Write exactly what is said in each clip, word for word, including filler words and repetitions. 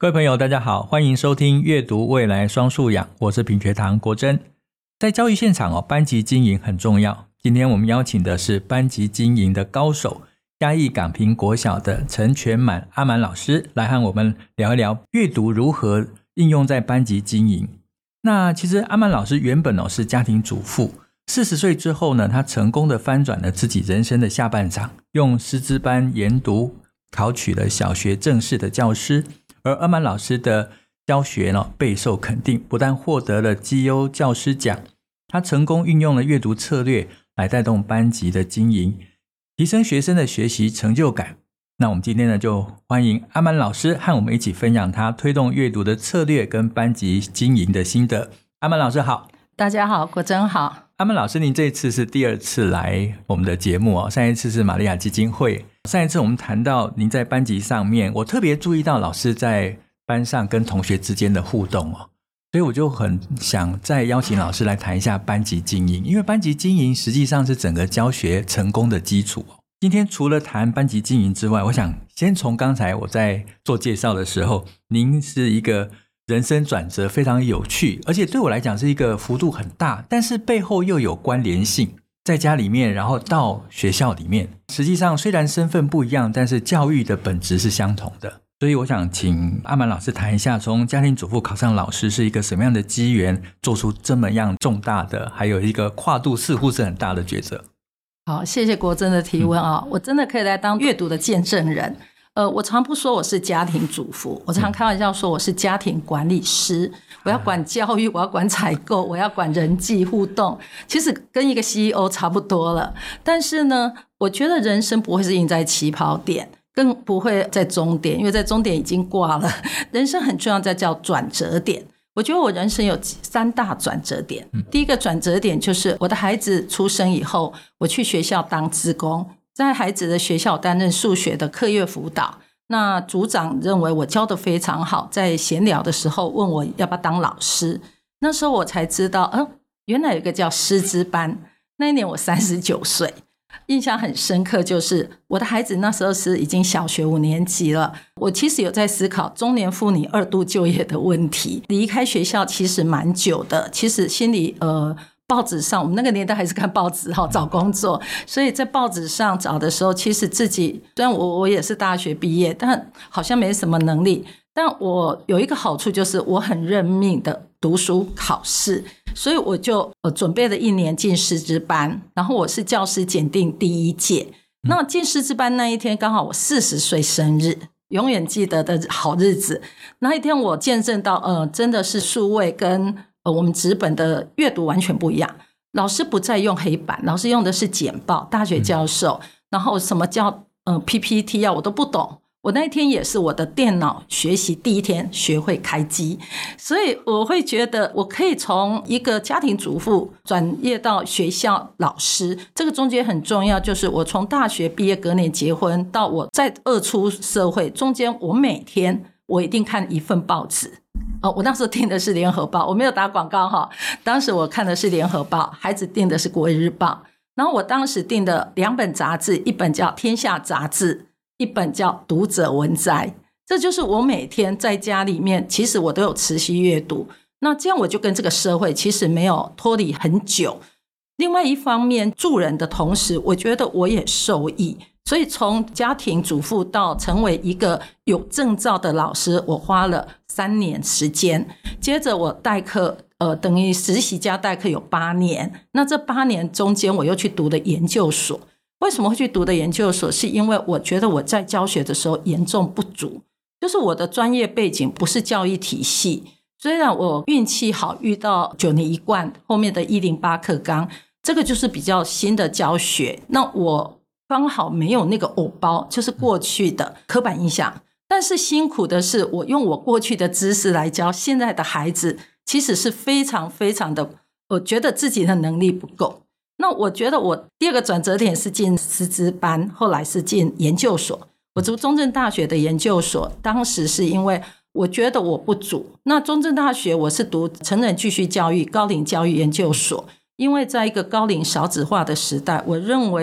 各位朋友大家好，欢迎收听阅读未来双素养，我是品学堂国珍。在教育现场、哦、班级经营很重要，今天我们邀请的是班级经营的高手，嘉义港平国小的陈全满阿满老师，来和我们聊一聊阅读如何应用在班级经营。那其实阿满老师原本、哦、是家庭主妇，四十岁之后呢，他成功的翻转了自己人生的下半场，用师资班研读考取了小学正式的教师，而阿满老师的教学呢备受肯定，不但获得了绩优教师奖，他成功运用了阅读策略来带动班级的经营，提升学生的学习成就感。那我们今天呢，就欢迎阿满老师和我们一起分享他推动阅读的策略跟班级经营的心得。阿满老师好。 大家好，国珍好。 阿满老师，您这一次是第二次来我们的节目哦，上一次是玛利亚基金会。上一次我们谈到您在班级上面，我特别注意到老师在班上跟同学之间的互动哦，所以我就很想再邀请老师来谈一下班级经营，因为班级经营实际上是整个教学成功的基础哦。今天除了谈班级经营之外，我想先从刚才我在做介绍的时候，您是一个人生转折非常有趣，而且对我来讲是一个幅度很大，但是背后又有关联性，在家里面然后到学校里面，实际上虽然身份不一样，但是教育的本质是相同的。所以我想请阿满老师谈一下，从家庭主妇考上老师是一个什么样的机缘，做出这么样重大的，还有一个跨度似乎是很大的抉择。 好，谢谢国珍的提问啊、嗯！我真的可以来当阅读的见证人。呃，我常不说我是家庭主妇，我常开玩笑说我是家庭管理师。我要管教育，我要管采购，我要管人际互动，其实跟一个 C E O 差不多了。但是呢，我觉得人生不会是赢在起跑点，更不会在终点，因为在终点已经挂了。人生很重要，在叫转折点。我觉得我人生有三大转折点。第一个转折点就是我的孩子出生以后，我去学校当志工，在孩子的学校担任数学的课业辅导。那组长认为我教得非常好，在闲聊的时候问我要不要当老师。那时候我才知道，呃，原来有一个叫师资班。那一年我三十九岁，印象很深刻，就是我的孩子那时候是已经小学五年级了。我其实有在思考中年妇女二度就业的问题，离开学校其实蛮久的，其实心里呃报纸上，我们那个年代还是看报纸找工作，所以在报纸上找的时候，其实自己虽然我我也是大学毕业，但好像没什么能力。但我有一个好处，就是我很认命的读书考试，所以我就呃准备了一年进师资班，然后我是教师检定第一届。那进师资班那一天刚好我四十岁生日，永远记得的好日子。那一天我见证到呃真的是数位跟呃我们纸本的阅读完全不一样。老师不再用黑板，老师用的是简报，大学教授、嗯、然后什么叫呃 P P T 啊我都不懂。我那一天也是我的电脑学习第一天学会开机，所以我会觉得我可以从一个家庭主妇转业到学校老师，这个中间很重要，就是我从大学毕业隔年结婚到我再二出社会，中间我每天我一定看一份报纸。哦，我那时候订的是联合报，我没有打广告哈。当时我看的是联合报，孩子订的是国语日报。然后我当时订的两本杂志，一本叫天下杂志，一本叫读者文摘。这就是我每天在家里面，其实我都有持续阅读。那这样我就跟这个社会其实没有脱离很久。另外一方面，助人的同时，我觉得我也受益。所以从家庭主妇到成为一个有证照的老师，我花了三年时间。接着我代课，呃，等于实习加代课有八年。那这八年中间，我又去读的研究所。为什么会去读的研究所？是因为我觉得我在教学的时候严重不足，就是我的专业背景不是教育体系。虽然我运气好遇到九年一贯后面的一零八课纲，这个就是比较新的教学。那我刚好没有那个偶包，就是过去的刻板印象。但是辛苦的是，我用我过去的知识来教现在的孩子，其实是非常非常的，我觉得自己的能力不够。那我觉得我第二个转折点是进师资班，后来是进研究所。我读中正大学的研究所，当时是因为我觉得我不足。那中正大学我是读成人继续教育高龄教育研究所，因为在一个高龄少子化的时代，我认为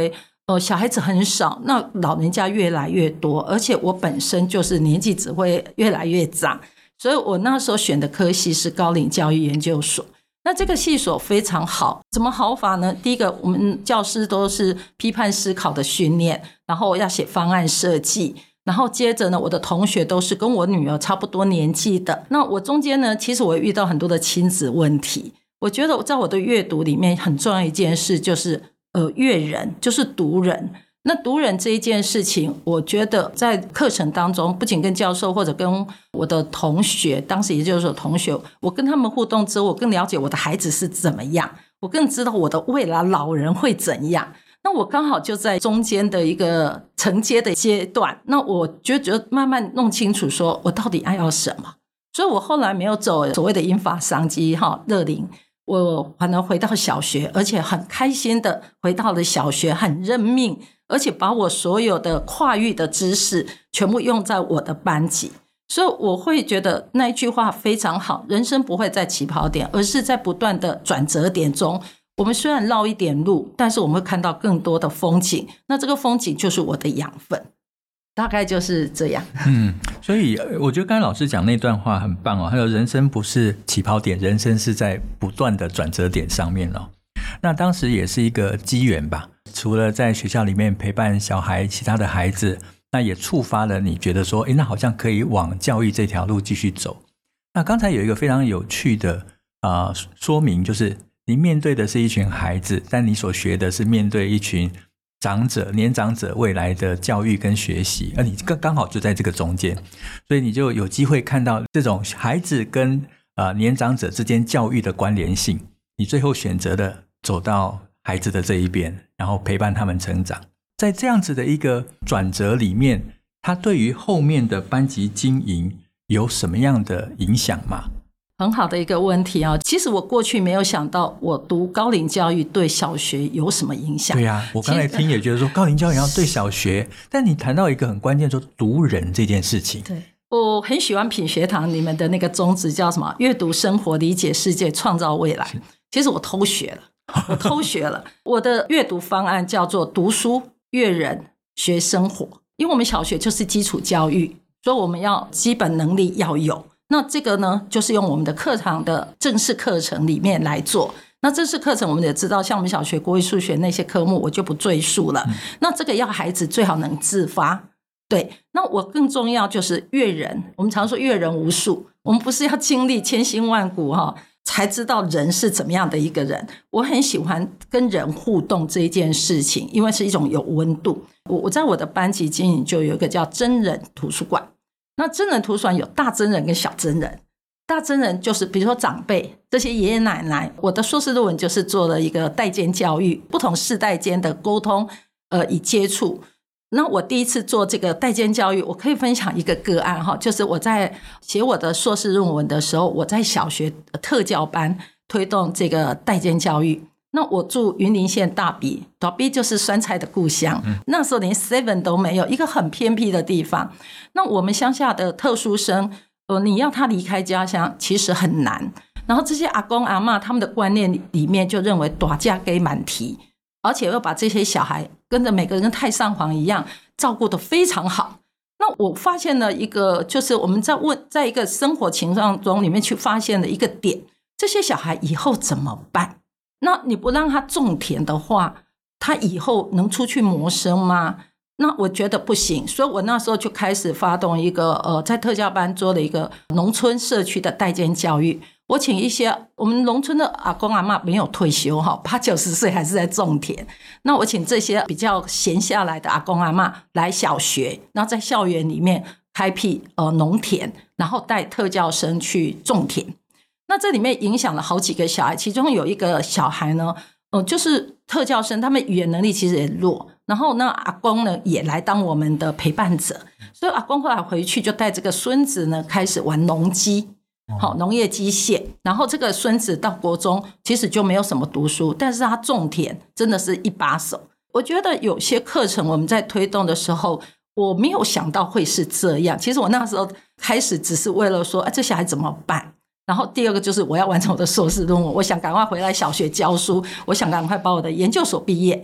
呃，小孩子很少，那老人家越来越多，而且我本身就是年纪只会越来越长，所以我那时候选的科系是高龄教育研究所。那这个系所非常好，怎么好法呢？第一个，我们教师都是批判思考的训练，然后要写方案设计，然后接着呢，我的同学都是跟我女儿差不多年纪的。那我中间呢，其实我也遇到很多的亲子问题。我觉得在我的阅读里面很重要一件事就是呃，阅人，就是读人。那读人这一件事情，我觉得在课程当中，不仅跟教授或者跟我的同学，当时也就是说同学，我跟他们互动之后，我更了解我的孩子是怎么样，我更知道我的未来老人会怎样。那我刚好就在中间的一个承接的阶段，那我就觉得慢慢弄清楚说我到底爱要什么。所以我后来没有走所谓的英法商机哈乐龄，我反而回到小学，而且很开心的回到了小学，很认命，而且把我所有的跨域的知识全部用在我的班级。所以我会觉得那一句话非常好，人生不会在起跑点，而是在不断的转折点中，我们虽然绕一点路，但是我们会看到更多的风景，那这个风景就是我的养分，大概就是这样。 嗯，所以我觉得刚才老师讲那段话很棒哦，还有人生不是起跑点，人生是在不断的转折点上面哦。那当时也是一个机缘吧，除了在学校里面陪伴小孩其他的孩子，那也触发了你觉得说诶，那好像可以往教育这条路继续走。那刚才有一个非常有趣的、呃、说明，就是你面对的是一群孩子，但你所学的是面对一群长者、年长者未来的教育跟学习，而你刚好就在这个中间，所以你就有机会看到这种孩子跟、呃、年长者之间教育的关联性，你最后选择的走到孩子的这一边，然后陪伴他们成长。在这样子的一个转折里面，它对于后面的班级经营有什么样的影响吗？ 很好的一个问题啊！其实我过去没有想到我读高龄教育对小学有什么影响。 对啊，我刚才听也觉得说高龄教育要对小学，但你谈到一个很关键，说读人这件事情。 对，我很喜欢品学堂你们的那个宗旨叫什么？阅读生活，理解世界，创造未来。其实我偷学了，我偷学了。我的阅读方案叫做读书、阅人、学生活。因为我们小学就是基础教育，所以我们要基本能力要有。那这个呢，就是用我们的课堂的正式课程里面来做。那正式课程我们也知道，像我们小学国语数学那些科目我就不赘述了、嗯、那这个要孩子最好能自发。对，那我更重要就是阅人，我们常说阅人无数，我们不是要经历千辛万苦、哦、才知道人是怎么样的一个人。我很喜欢跟人互动这一件事情，因为是一种有温度。 我, 我在我的班级经营就有一个叫真人图书馆。那真人图书馆有大真人跟小真人，大真人就是比如说长辈这些爷爷奶奶，我的硕士论文就是做了一个代间教育，不同世代间的沟通呃，以接触。那我第一次做这个代间教育，我可以分享一个个案哈，就是我在写我的硕士论文的时候，我在小学特教班推动这个代间教育。那我住云林县大鼻，大鼻就是酸菜的故乡、嗯、那时候连 seven 都没有，一个很偏僻的地方。那我们乡下的特殊生、呃、你要他离开家乡其实很难，然后这些阿公阿嬷他们的观念里面就认为大家给满提，而且要把这些小孩跟着每个人跟太上皇一样照顾得非常好。那我发现了一个，就是我们在问在一个生活情况中里面去发现了一个点，这些小孩以后怎么办？那你不让他种田的话，他以后能出去谋生吗？那我觉得不行，所以我那时候就开始发动一个呃，在特教班做了一个农村社区的代间教育。我请一些我们农村的阿公阿嬷没有退休哈，八九十岁还是在种田。那我请这些比较闲下来的阿公阿嬷来小学，然后在校园里面开辟呃农田，然后带特教生去种田。那这里面影响了好几个小孩，其中有一个小孩呢，呃，就是特教生，他们语言能力其实也弱，然后呢，阿公呢也来当我们的陪伴者，所以阿公后来回去就带这个孙子呢开始玩农机，好、哦，农业机械，然后这个孙子到国中其实就没有什么读书，但是他种田真的是一把手。我觉得有些课程我们在推动的时候，我没有想到会是这样。其实我那时候开始只是为了说，哎，这小孩怎么办？然后第二个就是我要完成我的硕士论文，我想赶快回来小学教书，我想赶快把我的研究所毕业。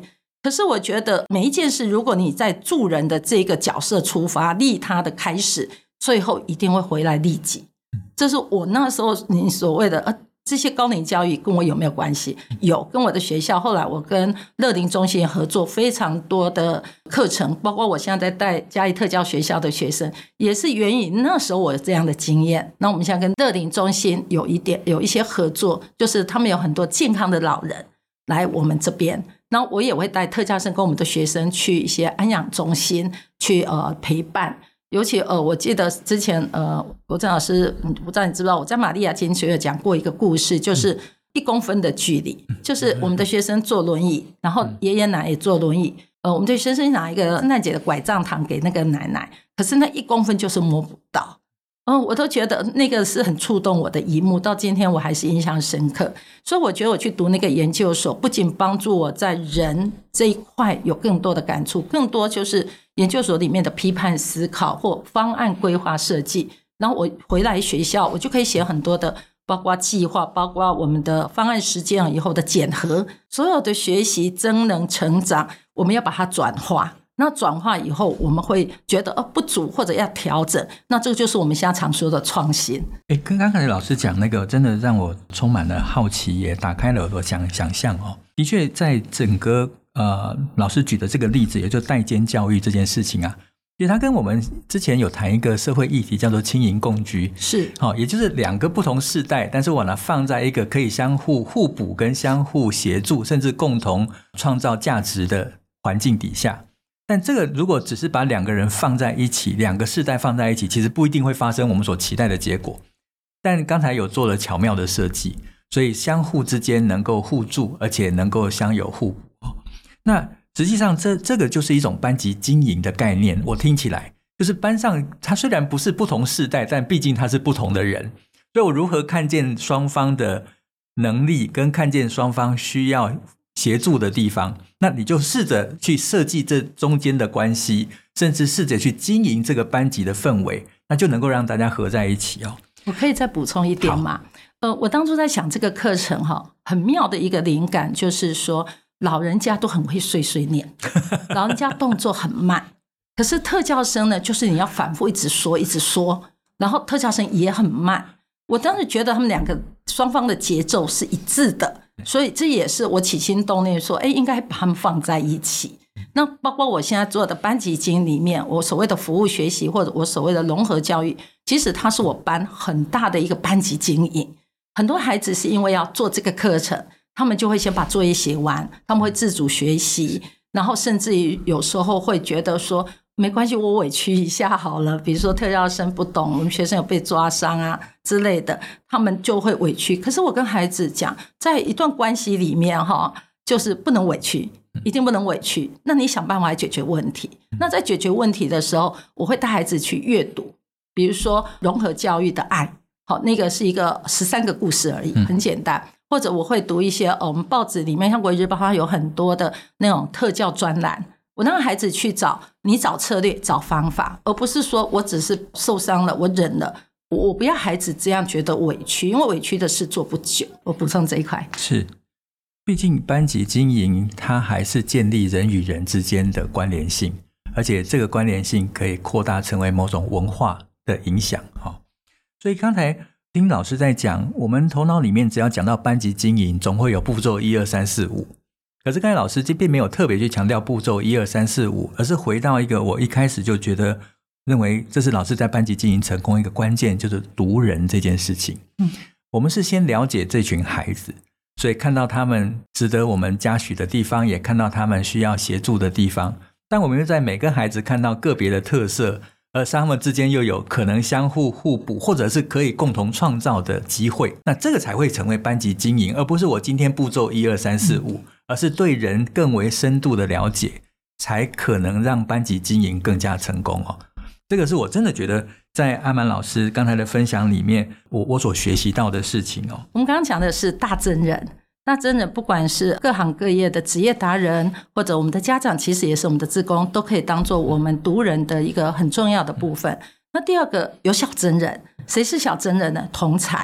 可是我觉得每一件事，如果你在助人的这个角色出发，利他的开始，最后一定会回来利己。这是我那时候你所谓的呃这些高龄教育跟我有没有关系？有，跟我的学校。后来我跟乐龄中心合作非常多的课程，包括我现在在带嘉义特教学校的学生，也是源于那时候我有这样的经验。那我们现在跟乐龄中心有一点有一些合作，就是他们有很多健康的老人来我们这边，然后我也会带特教生跟我们的学生去一些安养中心去呃陪伴。尤其呃，我记得之前呃，国珍老师，不知道你知不知道，我在玛利亚经学有讲过一个故事，就是一公分的距离，就是我们的学生坐轮椅，然后爷爷奶奶也坐轮椅，呃，我们的学生拿一个圣诞节的拐杖糖给那个奶奶，可是那一公分就是摸不到。嗯，我都觉得那个是很触动我的一幕，到今天我还是印象深刻。所以我觉得我去读那个研究所，不仅帮助我在人这一块有更多的感触，更多就是研究所里面的批判思考或方案规划设计。然后我回来学校，我就可以写很多的，包括计划，包括我们的方案实践以后的检核，所有的学习增能成长，我们要把它转化。那转化以后我们会觉得、呃、不足或者要调整，那这个就是我们现在常说的创新。 诶，跟刚才老师讲那个真的让我充满了好奇，也打开了我想想象哦。的确在整个呃老师举的这个例子，也就是代间教育这件事情啊，其实它跟我们之前有谈一个社会议题叫做青银共居， 是、 哦、也就是两个不同世代，但是我呢放在一个可以相互互补跟相互协助甚至共同创造价值的环境底下。但这个如果只是把两个人放在一起，两个世代放在一起，其实不一定会发生我们所期待的结果。但刚才有做了巧妙的设计，所以相互之间能够互助，而且能够相有互补。那实际上这这个就是一种班级经营的概念，我听起来就是班上它虽然不是不同世代，但毕竟它是不同的人，所以我如何看见双方的能力跟看见双方需要协助的地方，那你就试着去设计这中间的关系，甚至试着去经营这个班级的氛围，那就能够让大家合在一起哦。 我可以再补充一点吗？呃，我当初在想这个课程哈，很妙的一个灵感就是说，老人家都很会碎碎念，老人家动作很慢，可是特教生呢，就是你要反复一直说一直说，然后特教生也很慢。我当时觉得他们两个双方的节奏是一致的，所以这也是我起心动念说，哎，应该把他们放在一起。那包括我现在做的班级经营里面，我所谓的服务学习或者我所谓的融合教育，其实它是我班很大的一个班级经营。很多孩子是因为要做这个课程，他们就会先把作业写完，他们会自主学习，然后甚至于有时候会觉得说没关系，我委屈一下好了，比如说特教生不懂，我们学生有被抓伤啊之类的，他们就会委屈。可是我跟孩子讲，在一段关系里面哈，就是不能委屈，一定不能委屈，那你想办法来解决问题。那在解决问题的时候，我会带孩子去阅读，比如说融合教育的爱，好，那个是一个十三个故事而已，很简单。或者我会读一些、哦、我们报纸里面像国语日报，它有很多的那种特教专栏，我让孩子去找，你找策略找方法，而不是说我只是受伤了我忍了，我不要孩子这样觉得委屈，因为委屈的事做不久。我补充这一块是，毕竟班级经营它还是建立人与人之间的关联性，而且这个关联性可以扩大成为某种文化的影响。所以刚才丁老师在讲，我们头脑里面只要讲到班级经营，总会有步骤一二三四五。可是刚才老师并没有特别去强调步骤一二三四五，而是回到一个我一开始就觉得认为这是老师在班级经营成功一个关键，就是读人这件事情。嗯，我们是先了解这群孩子，所以看到他们值得我们嘉许的地方，也看到他们需要协助的地方，但我们又在每个孩子看到个别的特色，而他们之间又有可能相互互补，或者是可以共同创造的机会，那这个才会成为班级经营，而不是我今天步骤一二三四五，而是对人更为深度的了解，才可能让班级经营更加成功哦。这个是我真的觉得在阿满老师刚才的分享里面，我我所学习到的事情哦。 我们刚刚讲的是大真人，大真人不管是各行各业的职业达人，或者我们的家长，其实也是我们的志工，都可以当做我们读人的一个很重要的部分。那第二个有小真人，谁是小真人呢？同才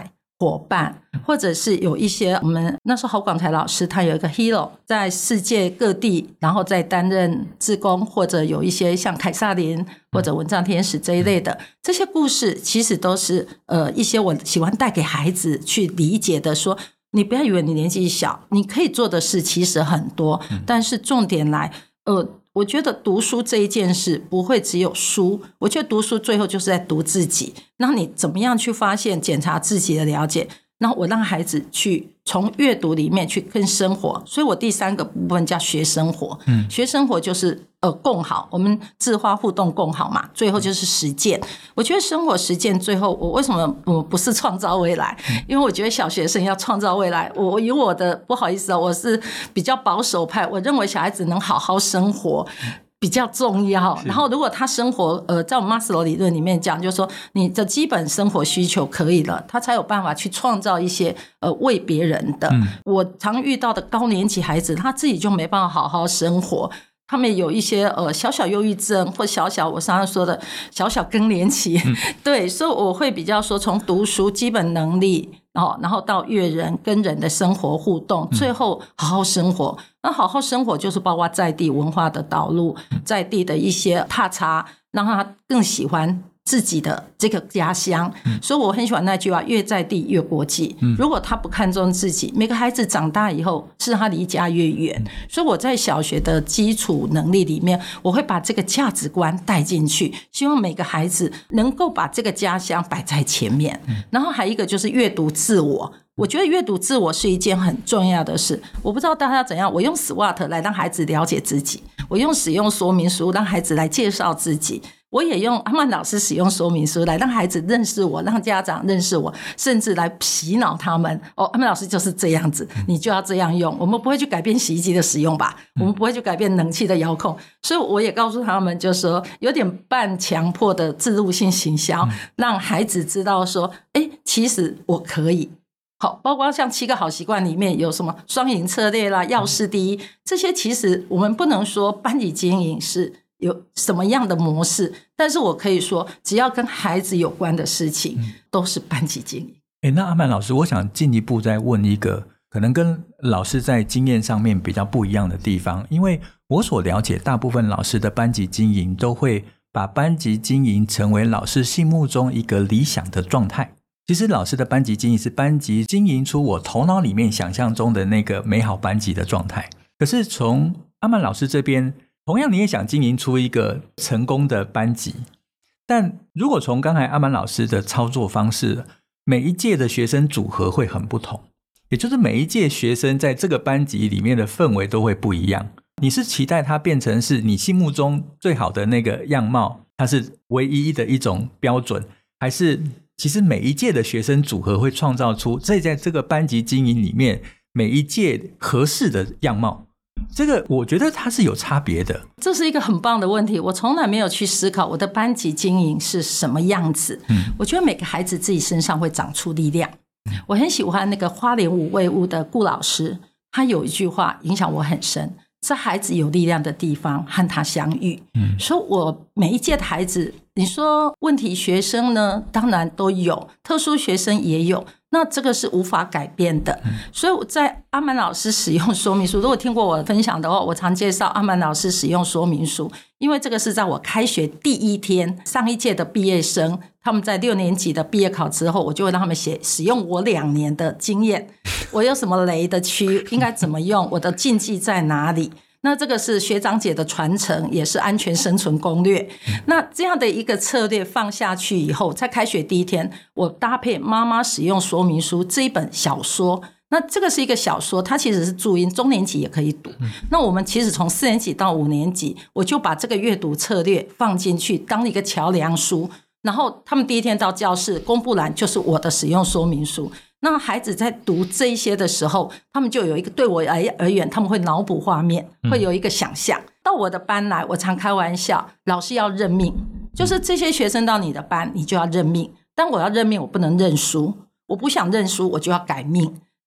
伙伴，或者是有一些我们那时候侯广才老师他有一个 hero 在世界各地，然后再担任志工，或者有一些像凯撒琳或者文藏天使这一类的，这些故事其实都是呃一些我喜欢带给孩子去理解的，说你不要以为你年纪小，你可以做的事其实很多，但是重点来呃我觉得读书这一件事不会只有书，我觉得读书最后就是在读自己，那你怎么样去发现检查自己的了解，然后我让孩子去从阅读里面去更生活，所以我第三个部分叫学生活、嗯、学生活就是呃共好，我们自发互动共好嘛，最后就是实践。我觉得生活实践最后我为什么我不是创造未来，因为我觉得小学生要创造未来，我以我的不好意思、哦、我是比较保守派，我认为小孩子能好好生活比较重要，然后如果他生活呃，在我们马斯洛理论里面讲，就是说你的基本生活需求可以了，他才有办法去创造一些呃为别人的、嗯、我常遇到的高年级孩子他自己就没办法好好生活，他们有一些呃小小忧郁症或小小我上次说的小小更年期、嗯、对，所以我会比较说从读书基本能力然后然后到阅人跟人的生活互动，最后好好生活、嗯、那好好生活就是包括在地文化的导入，在地的一些踏查，让他更喜欢自己的这个家乡、嗯、所以我很喜欢那句话，越在地越国际、嗯、如果他不看重自己，每个孩子长大以后是他离家越远、嗯、所以我在小学的基础能力里面我会把这个价值观带进去，希望每个孩子能够把这个家乡摆在前面、嗯、然后还有一个就是阅读自我，我觉得阅读自我是一件很重要的事，我不知道大家怎样，我用 S W O T 来让孩子了解自己，我用使用说明书让孩子来介绍自己，我也用阿曼老师使用说明书来让孩子认识我，让家长认识我，甚至来洗脑他们，哦，阿曼老师就是这样子，你就要这样用，我们不会去改变洗衣机的使用吧，我们不会去改变冷气的遥控，所以我也告诉他们就是说有点半强迫的置入性行销，让孩子知道说诶其实我可以好，包括像七个好习惯里面有什么双赢策略啦、要事第一，这些其实我们不能说班级经营是有什么样的模式，但是我可以说只要跟孩子有关的事情、嗯、都是班级经营。 诶，那阿曼老师，我想进一步再问一个可能跟老师在经验上面比较不一样的地方，因为我所了解大部分老师的班级经营都会把班级经营成为老师心目中一个理想的状态，其实老师的班级经营是班级经营出我头脑里面想象中的那个美好班级的状态，可是从阿曼老师这边同样你也想经营出一个成功的班级，但如果从刚才阿曼老师的操作方式，每一届的学生组合会很不同，也就是每一届学生在这个班级里面的氛围都会不一样，你是期待它变成是你心目中最好的那个样貌，它是唯一的一种标准，还是其实每一届的学生组合会创造出这在这个班级经营里面每一届合适的样貌，这个我觉得它是有差别的。 这是一个很棒的问题，我从来没有去思考我的班级经营是什么样子、嗯、我觉得每个孩子自己身上会长出力量、嗯、我很喜欢那个花莲五味屋的顾老师，他有一句话影响我很深，在孩子有力量的地方和他相遇、嗯、所以我每一届的孩子，你说问题学生呢当然都有，特殊学生也有，那这个是无法改变的、嗯、所以我在阿曼老师使用说明书，如果听过我分享的话，我常介绍阿曼老师使用说明书，因为这个是在我开学第一天，上一届的毕业生他们在六年级的毕业考之后，我就会让他们写使用我两年的经验，我有什么雷的区应该怎么用，我的禁忌在哪里，那这个是学长姐的传承，也是安全生存攻略。那这样的一个策略放下去以后，在开学第一天我搭配妈妈使用说明书这一本小说，那这个是一个小说，它其实是注音，中年级也可以读、嗯、那我们其实从四年级到五年级，我就把这个阅读策略放进去当一个桥梁书，然后他们第一天到教室，公布栏就是我的使用说明书，那孩子在读这一些的时候，他们就有一个，对我而言他们会脑补画面，会有一个想象、嗯、到我的班来，我常开玩笑，老师要认命，就是这些学生到你的班你就要认命，但我要认命我不能认输，我不想认输我就要改命，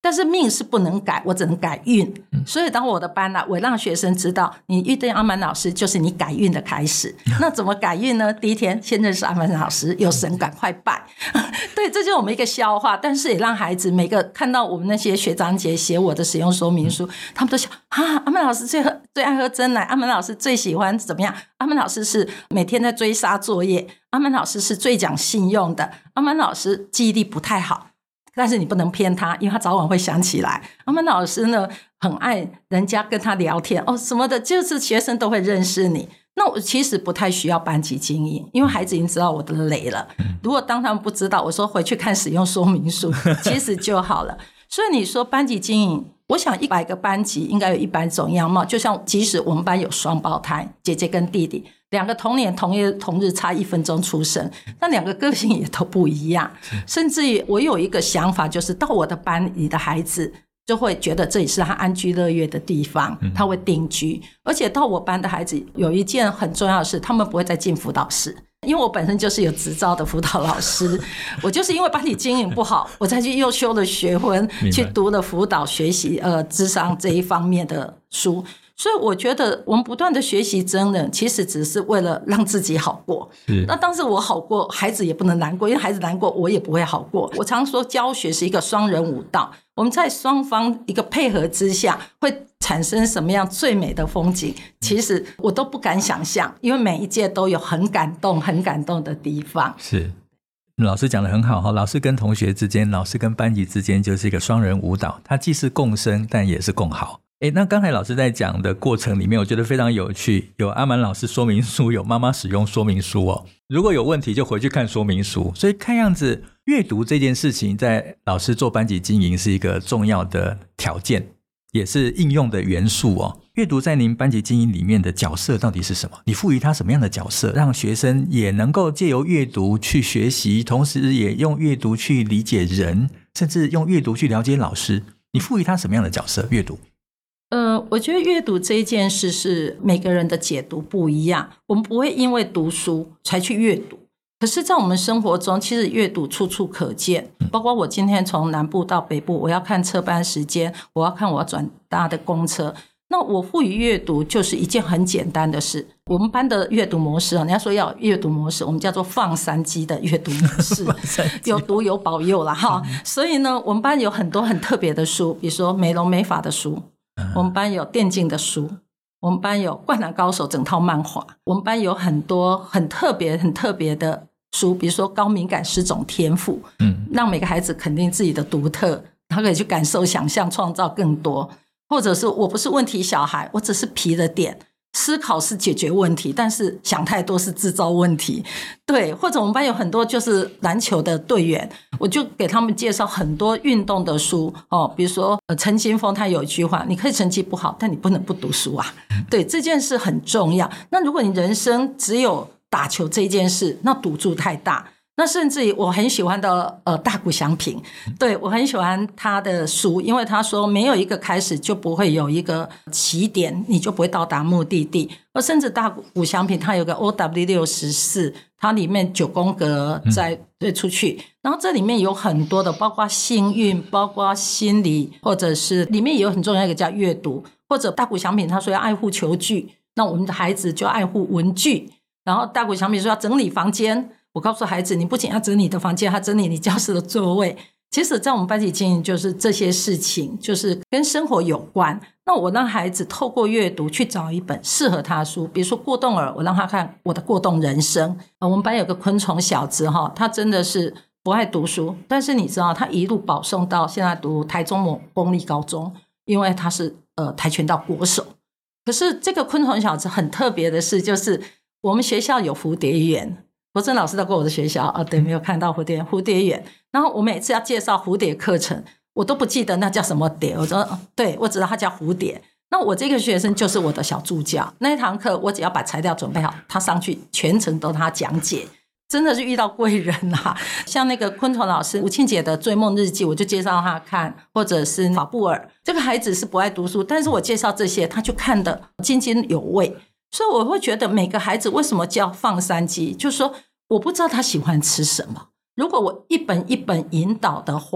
但是命是不能改，我只能改运。所以当我的班呢、啊，我让学生知道，你遇见阿曼老师就是你改运的开始。那怎么改运呢？第一天先认识阿曼老师，有神赶快拜。对，这就是我们一个笑话，但是也让孩子每个看到我们那些学长姐写我的使用说明书，他们都想啊，阿曼老师最喝最爱喝珍奶，阿曼老师最喜欢怎么样？阿曼老师是每天在追杀作业，阿曼老师是最讲信用的，阿曼老师记忆力不太好。但是你不能骗他，因为他早晚会想起来。阿曼老师呢，很爱人家跟他聊天哦什么的，就是学生都会认识你。那我其实不太需要班级经营，因为孩子已经知道我的雷了。如果当他们不知道，我说回去看使用说明书，其实就好了。所以你说班级经营，我想一百个班级应该有一百种样貌。就像即使我们班有双胞胎，姐姐跟弟弟，两个同年同月同日差一分钟出生，但两个个性也都不一样。甚至于我有一个想法，就是到我的班里的孩子就会觉得这里是他安居乐业的地方，他会定居。而且到我班的孩子有一件很重要的事，他们不会再进辅导室，因为我本身就是有执照的辅导老师。我就是因为班里经营不好，我才去又修了学分，去读了辅导学习呃諮商这一方面的书。所以我觉得我们不断的学习真人，其实只是为了让自己好过。那当时我好过，孩子也不能难过，因为孩子难过我也不会好过。我常说教学是一个双人舞蹈，我们在双方一个配合之下会产生什么样最美的风景，其实我都不敢想象，因为每一届都有很感动很感动的地方。 是，老师讲得很好，老师跟同学之间，老师跟班级之间就是一个双人舞蹈，它既是共生但也是共好。诶，那刚才老师在讲的过程里面，我觉得非常有趣，有阿曼老师说明书，有妈妈使用说明书哦。如果有问题就回去看说明书。所以看样子阅读这件事情在老师做班级经营是一个重要的条件，也是应用的元素哦。阅读在您班级经营里面的角色到底是什么？你赋予他什么样的角色，让学生也能够借由阅读去学习，同时也用阅读去理解人，甚至用阅读去了解老师？你赋予他什么样的角色？阅读呃，我觉得阅读这一件事是每个人的解读不一样，我们不会因为读书才去阅读。可是在我们生活中，其实阅读处处可见，包括我今天从南部到北部，我要看车班时间，我要看我要转搭的公车，那我赋予阅读就是一件很简单的事。我们班的阅读模式，你要说要有阅读模式，我们叫做放三机的阅读模式，有读有保佑啦哈。所以呢，我们班有很多很特别的书，比如说美容美发的书，我们班有电竞的书，我们班有灌篮高手整套漫画，我们班有很多很特别很特别的书，比如说高敏感十种天赋，嗯，让每个孩子肯定自己的独特，他可以去感受想象创造更多。或者是我不是问题小孩，我只是皮了点，思考是解决问题，但是想太多是制造问题。对，或者我们班有很多就是篮球的队员，我就给他们介绍很多运动的书哦，比如说呃，陈金峰他有一句话，你可以成绩不好，但你不能不读书啊。对，这件事很重要。那如果你人生只有打球这件事，那赌注太大。那甚至于我很喜欢的呃大谷翔平，对，我很喜欢他的书，因为他说没有一个开始就不会有一个起点，你就不会到达目的地。而甚至大谷翔平他有个 O W 六十四，它里面九宫格再对出去，然后这里面有很多的，包括幸运，包括心理，或者是里面也有很重要一个叫阅读，或者大谷翔平他说要爱护球具，那我们的孩子就爱护文具。然后大谷翔平说要整理房间，我告诉孩子，你不仅要整理你的房间，还整理你教室的座位。其实在我们班级经营就是这些事情，就是跟生活有关。那我让孩子透过阅读去找一本适合他的书，比如说过动儿，我让他看我的过动人生。我们班有个昆虫小子，他真的是不爱读书，但是你知道他一路保送到现在读台中某公立高中，因为他是呃跆拳道国手。可是这个昆虫小子很特别的是，就是我们学校有蝴蝶园，国珍老师到过我的学校，哦，对，没有看到蝴蝶蝴蝶园。然后我每次要介绍蝴蝶课程，我都不记得那叫什么蝶，我说对，我知道它叫蝴蝶。那我这个学生就是我的小助教，那一堂课我只要把材料准备好，他上去全程都他讲解，真的是遇到贵人啊。像那个昆虫老师吴庆姐的追梦日记，我就介绍他看，或者是法布尔，这个孩子是不爱读书，但是我介绍这些他就看得津津有味。所以我会觉得每个孩子为什么叫放三机，就是说我不知道他喜欢吃什么，如果我一本一本引导的话，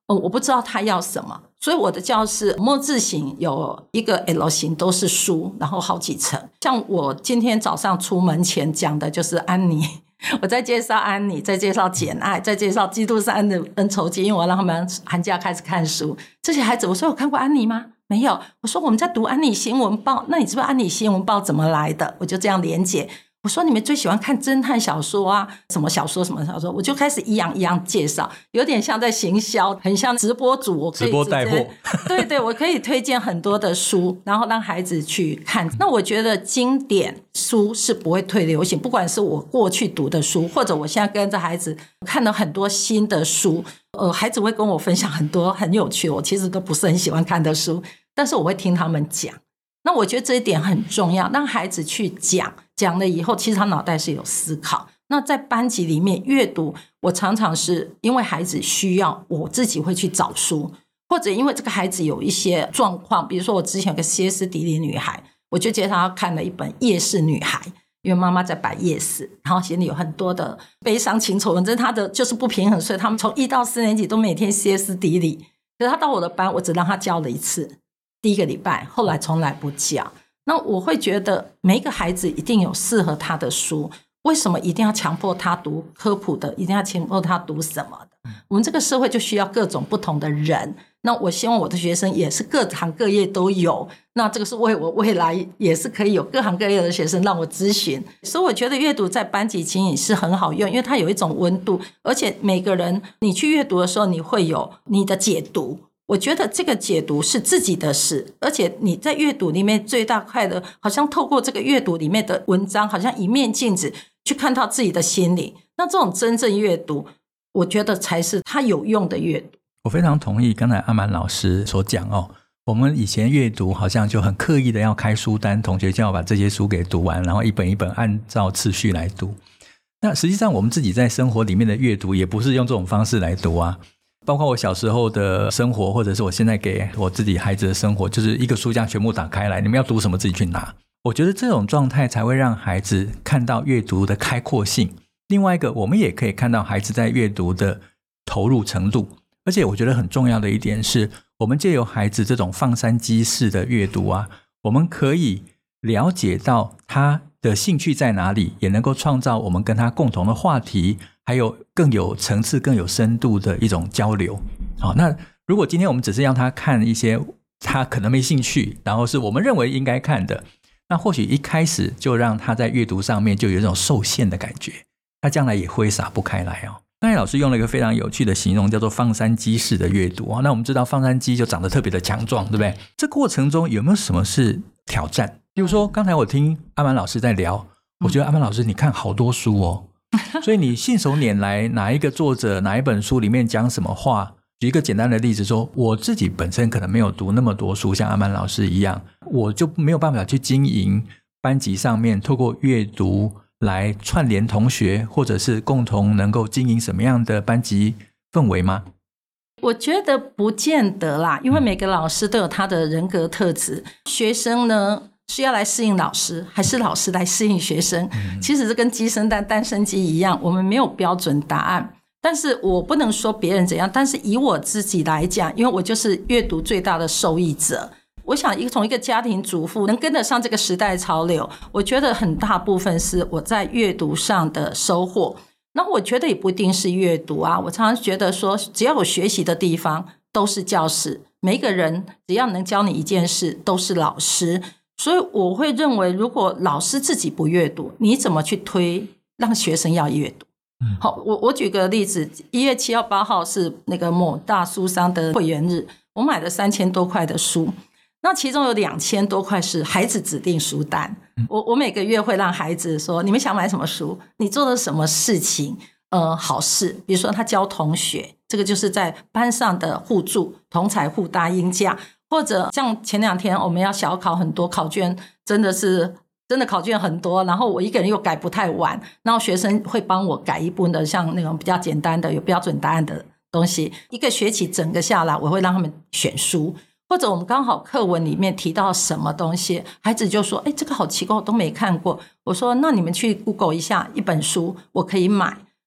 哦，我不知道他要什么，所以我的教室莫字形有一个 L 型都是书，然后好几层。像我今天早上出门前讲的就是安妮，我在介绍安妮，在介绍简爱，在介绍基督山的恩仇记，因为我让他们寒假开始看书。这些孩子我说有看过安妮吗？没有。我说我们在读安妮新闻报，那你知不知道安妮新闻报怎么来的？我就这样连结。我说你们最喜欢看侦探小说啊，什么小说什么小说，我就开始一样一样介绍，有点像在行销，很像直播主，我可以直播带货。对对，我可以推荐很多的书，然后让孩子去看。那我觉得经典书是不会退流行，不管是我过去读的书，或者我现在跟着孩子看了很多新的书，呃，孩子会跟我分享很多很有趣，我其实都不是很喜欢看的书，但是我会听他们讲。那我觉得这一点很重要，让孩子去讲，讲了以后其实他脑袋是有思考。那在班级里面阅读，我常常是因为孩子需要，我自己会去找书，或者因为这个孩子有一些状况，比如说我之前有个歇斯底里女孩，我就介绍他看了一本夜市女孩，因为妈妈在摆夜市，然后心里有很多的悲伤情仇，这是他的就是不平衡，所以他们从一到四年级都每天歇斯底里。可是他到我的班，我只让他教了一次，第一个礼拜，后来从来不教。那我会觉得每一个孩子一定有适合他的书，为什么一定要强迫他读科普的，一定要强迫他读什么的？我们这个社会就需要各种不同的人，那我希望我的学生也是各行各业都有，那这个是为我未来也是可以有各行各业的学生让我咨询。所以我觉得阅读在班级经营是很好用，因为它有一种温度，而且每个人你去阅读的时候你会有你的解读，我觉得这个解读是自己的事，而且你在阅读里面最大快乐，好像透过这个阅读里面的文章，好像一面镜子去看到自己的心灵。那这种真正阅读，我觉得才是它有用的阅读。 我非常同意刚才阿曼老师所讲哦，我们以前阅读好像就很刻意的要开书单，同学就要把这些书给读完，然后一本一本按照次序来读。那实际上我们自己在生活里面的阅读也不是用这种方式来读啊。包括我小时候的生活，或者是我现在给我自己孩子的生活，就是一个书架全部打开来，你们要读什么自己去拿。我觉得这种状态才会让孩子看到阅读的开阔性。另外一个，我们也可以看到孩子在阅读的投入程度。而且我觉得很重要的一点是，我们借由孩子这种放山鸡式的阅读啊，我们可以了解到他的兴趣在哪里，也能够创造我们跟他共同的话题，还有更有层次更有深度的一种交流。好，那如果今天我们只是让他看一些他可能没兴趣，然后是我们认为应该看的，那或许一开始就让他在阅读上面就有一种受限的感觉，他将来也挥洒不开来哦。刚才老师用了一个非常有趣的形容，叫做放山鸡式的阅读。那我们知道放山鸡就长得特别的强壮，对不对？这过程中有没有什么是挑战？比如说刚才我听阿曼老师在聊，我觉得阿曼老师你看好多书哦，所以你信手拈来哪一个作者哪一本书里面讲什么话。举一个简单的例子说，我自己本身可能没有读那么多书，像阿曼老师一样，我就没有办法去经营班级上面透过阅读来串联同学，或者是共同能够经营什么样的班级氛围吗？ 我觉得不见得啦，因为每个老师都有他的人格特质，学生呢是要来适应老师，还是老师来适应学生？嗯、其实这跟鸡生蛋蛋生鸡一样，我们没有标准答案。但是我不能说别人怎样，但是以我自己来讲，因为我就是阅读最大的受益者。我想从一个家庭主妇能跟得上这个时代潮流，我觉得很大部分是我在阅读上的收获。那我觉得也不一定是阅读啊，我常常觉得说只要有学习的地方都是教室，每一个人只要能教你一件事都是老师。所以我会认为如果老师自己不阅读，你怎么去推让学生要阅读？好，我我举个例子，一月七号八号是那个某大书商的会员日，我买了三千多块的书，那其中有两千多块是孩子指定书单。我我每个月会让孩子说，你们想买什么书，你做了什么事情，呃，好事，比如说他教同学，这个就是在班上的互助，同才互搭应价，或者像前两天我们要小考很多，考卷真的是真的考卷很多，然后我一个人又改不太完，然后学生会帮我改一部分的像那种比较简单的有标准答案的东西，一个学期整个下来我会让他们选书，或者我们刚好课文里面提到什么东西，孩子就说哎，这个好奇怪我都没看过，我说那你们去 Google 一下一本书我可以买，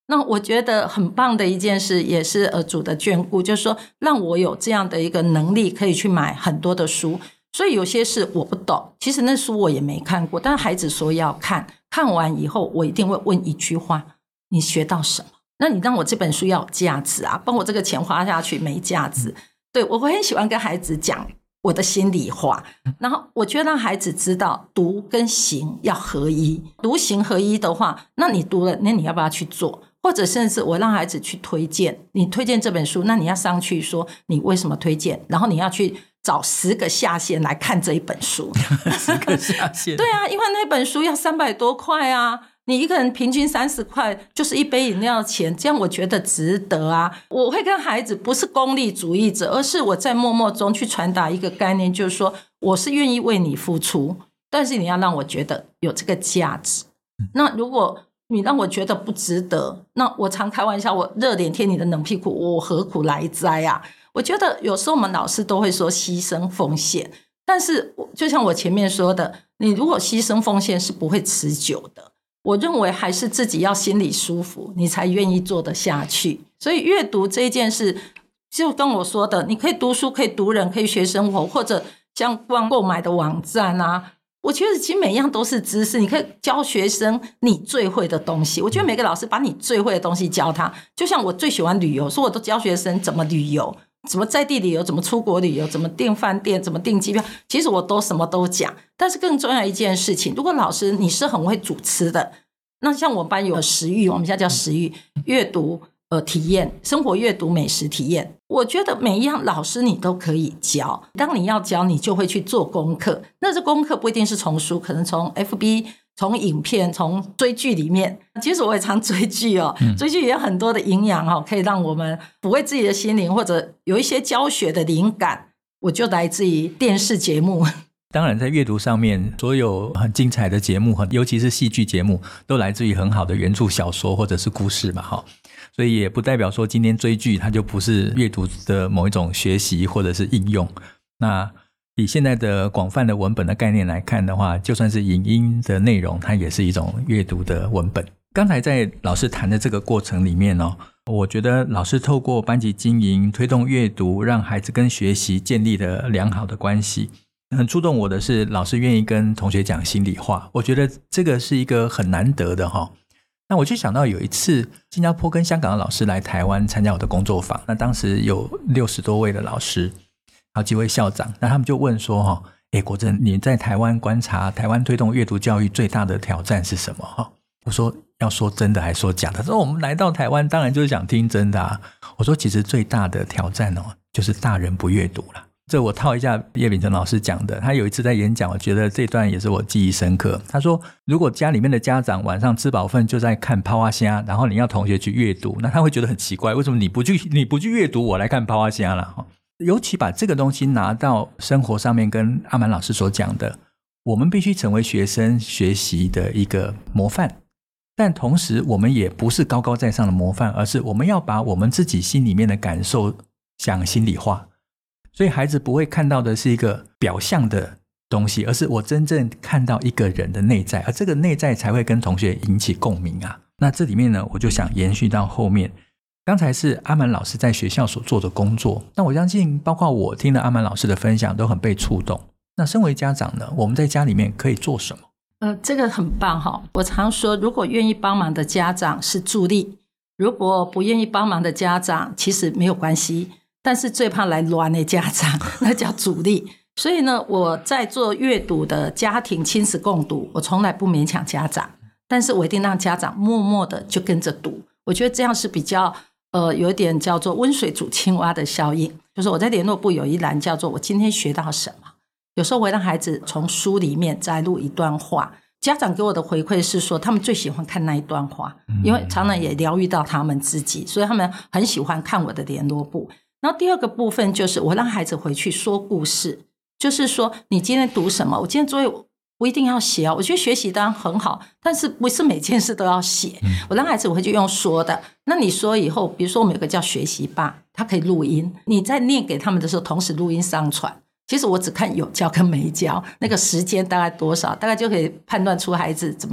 那我觉得很棒的一件事，也是呃主的眷顾，就是说让我有这样的一个能力，可以去买很多的书。所以有些事我不懂，其实那书我也没看过，但是孩子说要看，看完以后我一定会问一句话：你学到什么？那你让我这本书要有价值啊，帮我这个钱花下去没价值。对，我会很喜欢跟孩子讲我的心里话，然后我觉得让孩子知道读跟行要合一，读行合一的话，那你读了，那你要不要去做？或者甚至我让孩子去推荐，你推荐这本书，那你要上去说你为什么推荐，然后你要去找十个下线来看这一本书。 十个下线对啊，因为那本书要三百多块啊，你一个人平均三十块，就是一杯饮料钱，这样我觉得值得啊。我会跟孩子不是功利主义者，而是我在默默中去传达一个概念，就是说我是愿意为你付出，但是你要让我觉得有这个价值。那如果你让我觉得不值得，那我常开玩笑，我热脸贴你的冷屁股，我何苦来哉啊？我觉得有时候我们老师都会说牺牲奉献，但是就像我前面说的，你如果牺牲奉献是不会持久的。我认为还是自己要心里舒服，你才愿意做得下去。所以阅读这件事，就跟我说的，你可以读书，可以读人，可以学生活，或者像逛购买的网站啊，我觉得其实每一样都是知识，你可以教学生你最会的东西。我觉得每个老师把你最会的东西教他，就像我最喜欢旅游，所以我都教学生怎么旅游，怎么在地旅游，怎么出国旅游，怎么订饭店，怎么订机票，其实我都什么都讲。但是更重要一件事情，如果老师你是很会主持的，那像我们班有食育，我们现在叫食育阅读呃体验，生活阅读美食体验，我觉得每一样老师你都可以教。当你要教，你就会去做功课，那这功课不一定是从书，可能从 F B， 从影片，从追剧里面。其实我也常追剧哦，追剧也有很多的营养哦，可以让我们抚慰自己的心灵，或者有一些教学的灵感，我就来自于电视节目。 当然在阅读上面，所有很精彩的节目，尤其是戏剧节目，都来自于很好的原著小说或者是故事嘛，所以也不代表说今天追剧它就不是阅读的某一种学习或者是应用。那以现在的广泛的文本的概念来看的话，就算是影音的内容，它也是一种阅读的文本。刚才在老师谈的这个过程里面哦，我觉得老师透过班级经营推动阅读，让孩子跟学习建立了良好的关系。很触动我的是老师愿意跟同学讲心里话，我觉得这个是一个很难得的哈。那我就想到有一次新加坡跟香港的老师来台湾参加我的工作坊，那当时有六十多位的老师，好几位校长，那他们就问说哈，诶国珍，你在台湾观察台湾推动阅读教育最大的挑战是什么哈？我说要说真的还说假的？他说我们来到台湾当然就是想听真的啊。我说其实最大的挑战哦，就是大人不阅读了。这我套一下叶秉成老师讲的，他有一次在演讲，我觉得这段也是我记忆深刻。他说如果家里面的家长晚上吃饱饭就在看泡蛙虾，然后你要同学去阅读，那他会觉得很奇怪，为什么你不去你不去阅读，我来看泡蛙虾啦？尤其把这个东西拿到生活上面，跟阿满老师所讲的，我们必须成为学生学习的一个模范，但同时我们也不是高高在上的模范，而是我们要把我们自己心里面的感受讲心里话。所以孩子不会看到的是一个表象的东西，而是我真正看到一个人的内在，而这个内在才会跟同学引起共鸣啊。那这里面呢，我就想延续到后面，刚才是阿满老师在学校所做的工作，那我相信包括我听了阿满老师的分享都很被触动。那身为家长呢，我们在家里面可以做什么？ 呃，这个很棒哈。我常说，如果愿意帮忙的家长是助力，如果不愿意帮忙的家长其实没有关系，但是最怕来乱的家长那叫主力。所以呢，我在做阅读的家庭亲子共读，我从来不勉强家长，但是我一定让家长默默的就跟着读。我觉得这样是比较呃，有一点叫做温水煮青蛙的效应，就是我在联络部有一栏叫做我今天学到什么。有时候我会让孩子从书里面摘录一段话，家长给我的回馈是说他们最喜欢看那一段话，因为常常也疗愈到他们自己，所以他们很喜欢看我的联络部。然后第二个部分就是我让孩子回去说故事，就是说你今天读什么，我今天作业不一定要写哦。我觉得学习当然很好，但是不是每件事都要写。我让孩子回去用说的，那你说以后比如说我们有个叫学习吧，它可以录音，你在念给他们的时候同时录音上传。其实我只看有教跟没教，那个时间大概多少大概就可以判断出孩子怎么样。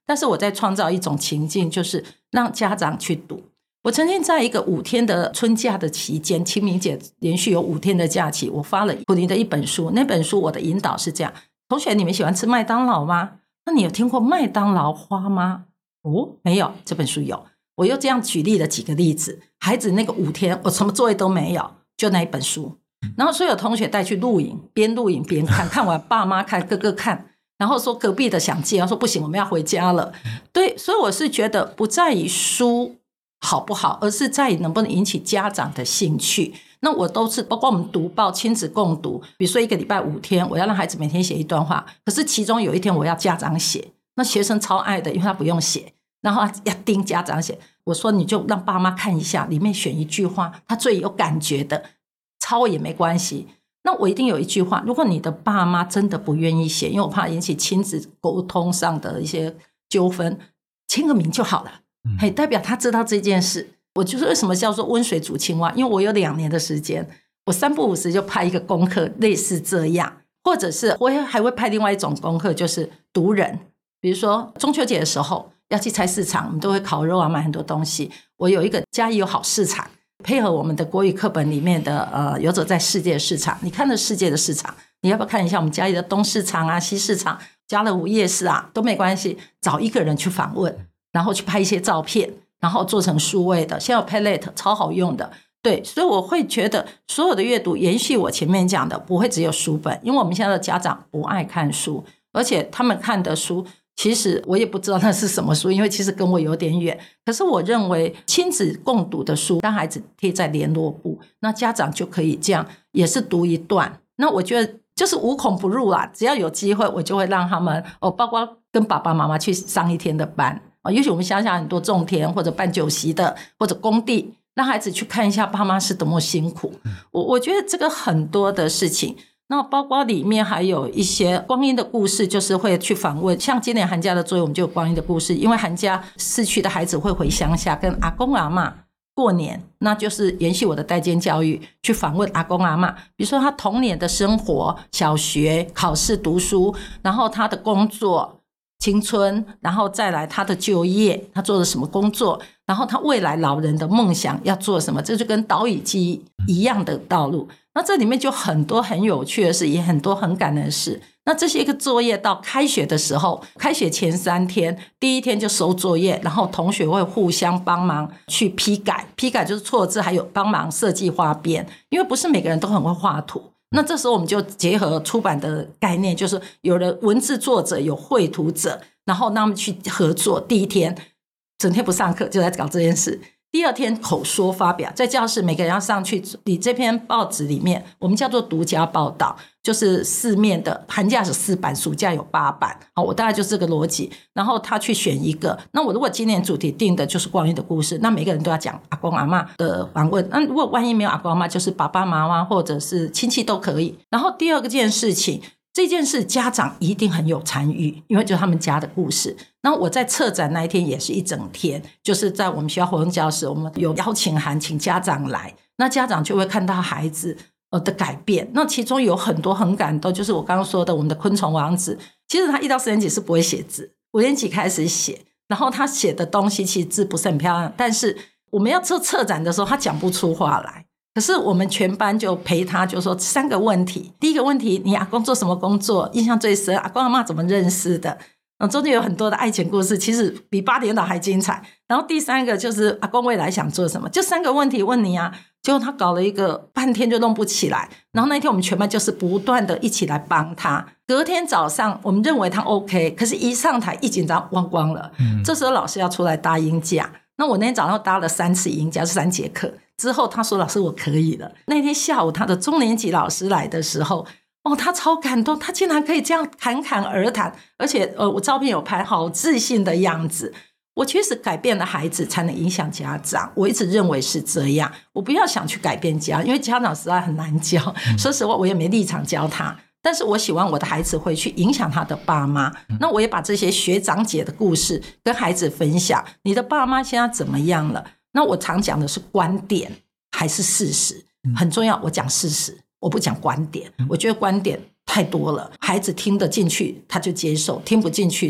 但是我在创造一种情境，就是让家长去读。我曾经在一个五天的春假的期间，清明节连续有五天的假期，我发了普林的一本书。那本书我的引导是这样：同学，你们喜欢吃麦当劳吗？那你有听过麦当劳花吗？哦，没有，这本书有。我又这样举例了几个例子。孩子那个五天，我什么作业都没有，就那一本书。然后所有同学带去录影，边录影边看，看完爸妈看，哥哥看。然后说隔壁的想借，说不行，我们要回家了。对，所以我是觉得不在于书好不好，而是在于能不能引起家长的兴趣。那我都是包括我们读报亲子共读，比如说一个礼拜五天，我要让孩子每天写一段话，可是其中有一天我要家长写，那学生超爱的，因为他不用写，然后要盯家长写。我说你就让爸妈看一下，里面选一句话他最有感觉的，抄也没关系。那我一定有一句话，如果你的爸妈真的不愿意写，因为我怕引起亲子沟通上的一些纠纷，签个名就好了，嗯，代表他知道这件事。我就是为什么叫做温水煮青蛙，因为我有两年的时间，我三不五时就派一个功课类似这样，或者是我还会派另外一种功课，就是读人。比如说中秋节的时候要去菜市场，我们都会烤肉啊，买很多东西。我有一个嘉义有好市场，配合我们的国语课本里面的呃游走在世界市场，你看了世界的市场，你要不要看一下我们嘉义的东市场啊、西市场、嘉乐福夜市啊，都没关系，找一个人去访问，然后去拍一些照片，然后做成数位的，现在有 Padlet 超好用的。对，所以我会觉得所有的阅读延续我前面讲的，不会只有书本，因为我们现在的家长不爱看书，而且他们看的书其实我也不知道那是什么书，因为其实跟我有点远。可是我认为亲子共读的书，让孩子贴在联络簿，那家长就可以这样也是读一段。那我觉得就是无孔不入啦，只要有机会我就会让他们哦，包括跟爸爸妈妈去上一天的班，哦，也许我们乡下很多种田或者办酒席的或者工地，让孩子去看一下爸妈是多么辛苦。我我觉得这个很多的事情，那包括里面还有一些光阴的故事，就是会去访问，像今年寒假的作业我们就有光阴的故事，因为寒假市区的孩子会回乡下跟阿公阿嬷过年，那就是延续我的代间教育，去访问阿公阿嬷，比如说他童年的生活，小学考试读书，然后他的工作青春，然后再来他的就业，他做了什么工作，然后他未来老人的梦想要做什么，这就跟岛屿记一样的道路。那这里面就很多很有趣的事，也很多很感人的事。那这些个作业到开学的时候，开学前三天，第一天就收作业，然后同学会互相帮忙去批改，批改就是错字，还有帮忙设计花边，因为不是每个人都很会画图。那这时候我们就结合出版的概念，就是有了文字作者，有绘图者，然后让他们去合作。第一天整天不上课就在搞这件事，第二天口说发表，在教室每个人要上去，你这篇报纸里面我们叫做独家报道，就是四面的，寒假是四版，暑假有八版，好，我大概就是这个逻辑。然后他去选一个，那我如果今年主题定的就是光阴的故事，那每个人都要讲阿公阿嬷的访问，那如果万一没有阿公阿嬷，就是爸爸妈妈或者是亲戚都可以。然后第二个件事情，这件事家长一定很有参与，因为就是他们家的故事。那我在策展那一天也是一整天，就是在我们学校活动教室，我们有邀请函请家长来，那家长就会看到孩子呃的改变。那其中有很多很感动，就是我刚刚说的我们的昆虫王子，其实他一到四年级是不会写字，五年级开始写，然后他写的东西其实字不是很漂亮，但是我们要做策展的时候他讲不出话来，可是我们全班就陪他，就说三个问题。第一个问题，你阿公做什么工作印象最深，阿公阿嬷怎么认识的，中间有很多的爱情故事，其实比八点档还精彩。然后第三个就是阿公未来想做什么，就三个问题问你啊，结果他搞了一个半天就弄不起来。然后那天我们全班就是不断的一起来帮他，隔天早上我们认为他 OK， 可是一上台一紧张忘光了、嗯、这时候老师要出来搭音架，那我那天早上搭了三次音架，是三节课之后，他说老师我可以了。那天下午他的中年级老师来的时候，哦，他超感动，他竟然可以这样侃侃而谈，而且呃，我照片有拍，好自信的样子。我确实改变了孩子才能影响家长，我一直认为是这样。我不要想去改变家，因为家长实在很难教、嗯、说实话我也没立场教他，但是我喜欢我的孩子会去影响他的爸妈、嗯、那我也把这些学长姐的故事跟孩子分享，你的爸妈现在怎么样了。那我常讲的是观点还是事实、嗯、很重要，我讲事实我不讲观点、嗯、我觉得观点太多了，孩子听得进去他就接受，听不进去的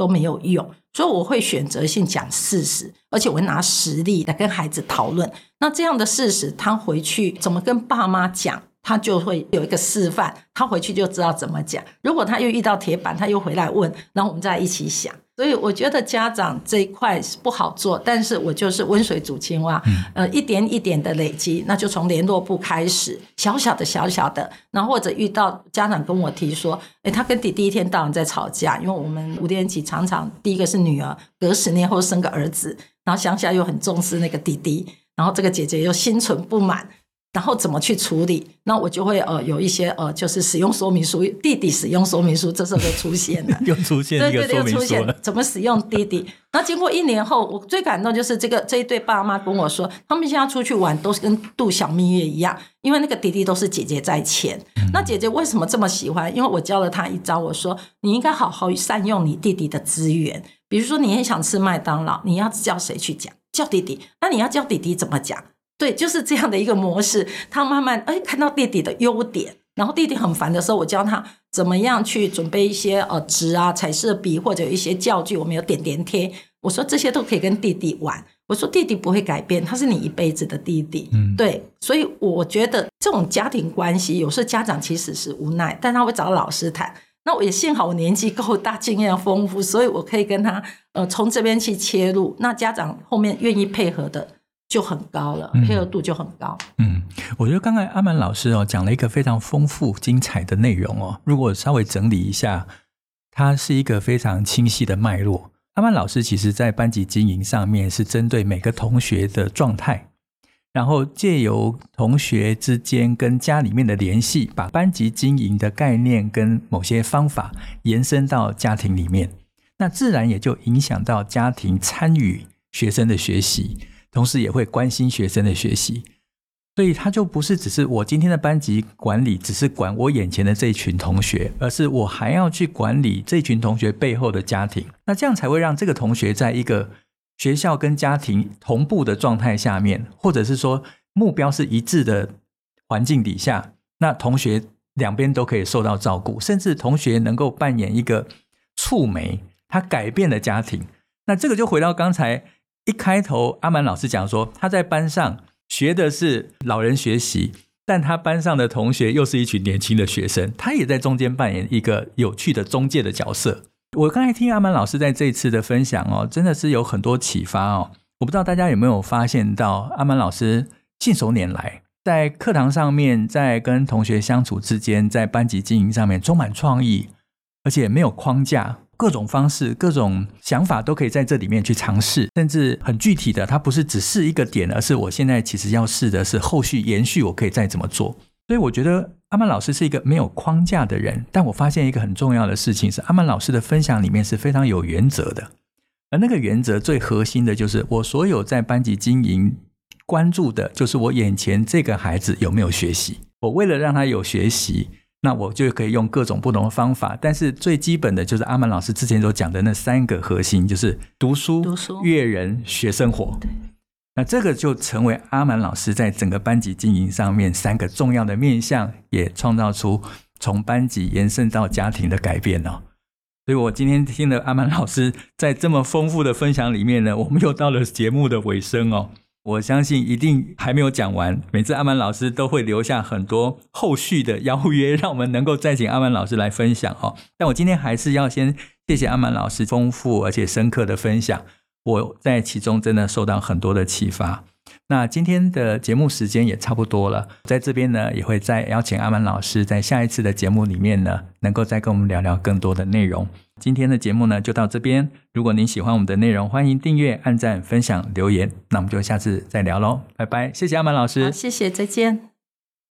都没有用，所以我会选择性讲事实，而且我会拿实例来跟孩子讨论。那这样的事实他回去怎么跟爸妈讲，他就会有一个示范，他回去就知道怎么讲。如果他又遇到铁板，他又回来问，然后我们再一起想。所以我觉得家长这一块不好做，但是我就是温水煮青蛙、嗯、呃，一点一点的累积，那就从联络部开始，小小的小小的，然后或者遇到家长跟我提说，诶，他跟弟弟一天到晚在吵架，因为我们五年级常常第一个是女儿，隔十年后生个儿子，然后乡下又很重视那个弟弟，然后这个姐姐又心存不满，然后怎么去处理？那我就会呃有一些呃就是使用说明书，弟弟使用说明书，这时候就出现了， 又出现一个说明书了， 怎么使用弟弟？那经过一年后，我最感动就是这个这一对爸妈跟我说，他们现在出去玩都是跟度小蜜月一样，因为那个弟弟都是姐姐在牵、嗯。那姐姐为什么这么喜欢？因为我教了他一招，我说你应该好好善用你弟弟的资源，比如说你很想吃麦当劳，你要叫谁去讲？叫弟弟。那你要教弟弟怎么讲？对，就是这样的一个模式，他慢慢哎看到弟弟的优点，然后弟弟很烦的时候，我教他怎么样去准备一些呃纸啊、彩色笔或者有一些教具，我们有点点贴，我说这些都可以跟弟弟玩。我说弟弟不会改变，他是你一辈子的弟弟。嗯，对，所以我觉得这种家庭关系，有时候家长其实是无奈，但他会找老师谈。那我也幸好我年纪够大，经验丰富，所以我可以跟他呃从这边去切入。那家长后面愿意配合的就很高了，配合度就很高。 嗯，我觉得刚才阿曼老师哦讲了一个非常丰富精彩的内容哦，如果稍微整理一下，它是一个非常清晰的脉络。阿曼老师其实在班级经营上面是针对每个同学的状态，然后借由同学之间跟家里面的联系，把班级经营的概念跟某些方法延伸到家庭里面，那自然也就影响到家庭参与学生的学习，同时也会关心学生的学习。所以他就不是只是我今天的班级管理只是管我眼前的这一群同学，而是我还要去管理这群同学背后的家庭，那这样才会让这个同学在一个学校跟家庭同步的状态下面，或者是说目标是一致的环境底下，那同学两边都可以受到照顾，甚至同学能够扮演一个触媒，他改变了家庭。那这个就回到刚才一开头阿曼老师讲说，他在班上学的是老人学习，但他班上的同学又是一群年轻的学生，他也在中间扮演一个有趣的中介的角色。我刚才听阿曼老师在这一次的分享哦，真的是有很多启发哦。我不知道大家有没有发现到，阿曼老师信手拈来，在课堂上面，在跟同学相处之间，在班级经营上面充满创意，而且没有框架，各种方式各种想法都可以在这里面去尝试，甚至很具体的，它不是只是一个点，而是我现在其实要试的是后续延续我可以再怎么做。所以我觉得阿曼老师是一个没有框架的人，但我发现一个很重要的事情是，阿曼老师的分享里面是非常有原则的，而那个原则最核心的就是我所有在班级经营关注的就是我眼前这个孩子有没有学习，我为了让他有学习，那我就可以用各种不同的方法，但是最基本的就是阿曼老师之前所讲的那三个核心，就是读书、读书阅人、学生活。对，那这个就成为阿曼老师在整个班级经营上面三个重要的面向，也创造出从班级延伸到家庭的改变哦。所以我今天听了阿曼老师在这么丰富的分享里面呢，我们又到了节目的尾声哦。我相信一定还没有讲完，每次阿曼老师都会留下很多后续的邀约，让我们能够再请阿曼老师来分享哦。但我今天还是要先谢谢阿曼老师丰富而且深刻的分享，我在其中真的受到很多的启发。那今天的节目时间也差不多了，在这边呢也会再邀请阿曼老师在下一次的节目里面呢，能够再跟我们聊聊更多的内容。今天的节目呢就到这边，如果您喜欢我们的内容，欢迎订阅、按赞、分享、留言，那我们就下次再聊咯，拜拜，谢谢阿曼老师。 好，谢谢，再见。